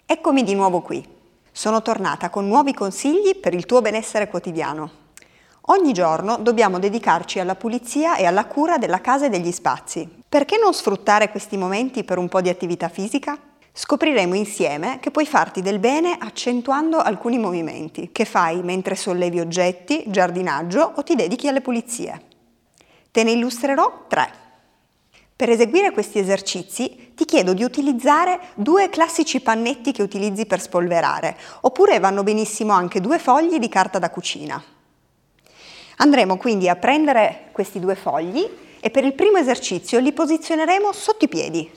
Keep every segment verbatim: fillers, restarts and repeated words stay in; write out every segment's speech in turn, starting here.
Eccomi di nuovo qui. Sono tornata con nuovi consigli per il tuo benessere quotidiano. Ogni giorno dobbiamo dedicarci alla pulizia e alla cura della casa e degli spazi. Perché non sfruttare questi momenti per un po' di attività fisica? Scopriremo insieme che puoi farti del bene accentuando alcuni movimenti che fai mentre sollevi oggetti, giardinaggio o ti dedichi alle pulizie. Te ne illustrerò tre. Per eseguire questi esercizi ti chiedo di utilizzare due classici pannetti che utilizzi per spolverare, oppure vanno benissimo anche due fogli di carta da cucina. Andremo quindi a prendere questi due fogli e per il primo esercizio li posizioneremo sotto i piedi.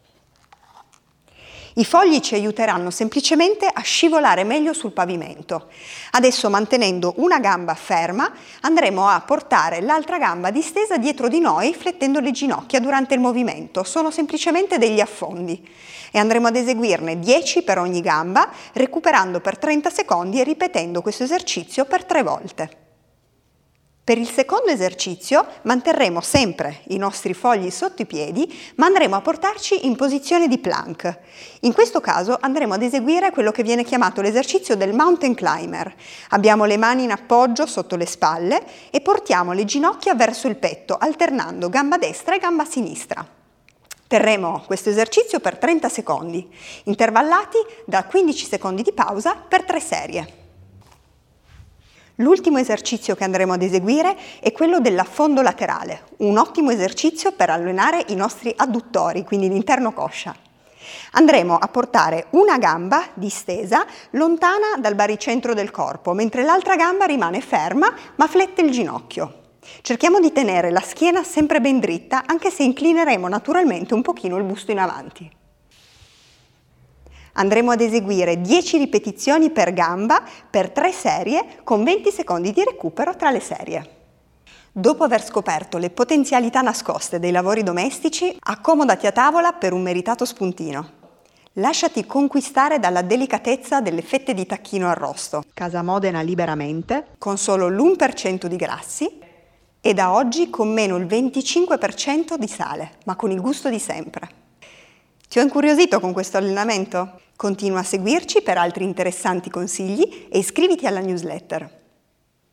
I fogli ci aiuteranno semplicemente a scivolare meglio sul pavimento. Adesso, mantenendo una gamba ferma, andremo a portare l'altra gamba distesa dietro di noi, flettendo le ginocchia durante il movimento. Sono semplicemente degli affondi e andremo ad eseguirne dieci per ogni gamba, recuperando per trenta secondi e ripetendo questo esercizio per tre volte. Per il secondo esercizio manterremo sempre i nostri fogli sotto i piedi, ma andremo a portarci in posizione di plank. In questo caso andremo ad eseguire quello che viene chiamato l'esercizio del mountain climber. Abbiamo le mani in appoggio sotto le spalle e portiamo le ginocchia verso il petto, alternando gamba destra e gamba sinistra. Terremo questo esercizio per trenta secondi, intervallati da quindici secondi di pausa per tre serie. L'ultimo esercizio che andremo ad eseguire è quello dell'affondo laterale, un ottimo esercizio per allenare i nostri adduttori, quindi l'interno coscia. Andremo a portare una gamba distesa lontana dal baricentro del corpo, mentre l'altra gamba rimane ferma ma flette il ginocchio. Cerchiamo di tenere la schiena sempre ben dritta, anche se inclineremo naturalmente un pochino il busto in avanti. Andremo ad eseguire dieci ripetizioni per gamba per tre serie con venti secondi di recupero tra le serie. Dopo aver scoperto le potenzialità nascoste dei lavori domestici, accomodati a tavola per un meritato spuntino. Lasciati conquistare dalla delicatezza delle fette di tacchino arrosto, Casa Modena liberamente, con solo l'uno per cento di grassi e da oggi con meno il venticinque per cento di sale, ma con il gusto di sempre. Ti ho incuriosito con questo allenamento? Continua a seguirci per altri interessanti consigli e iscriviti alla newsletter.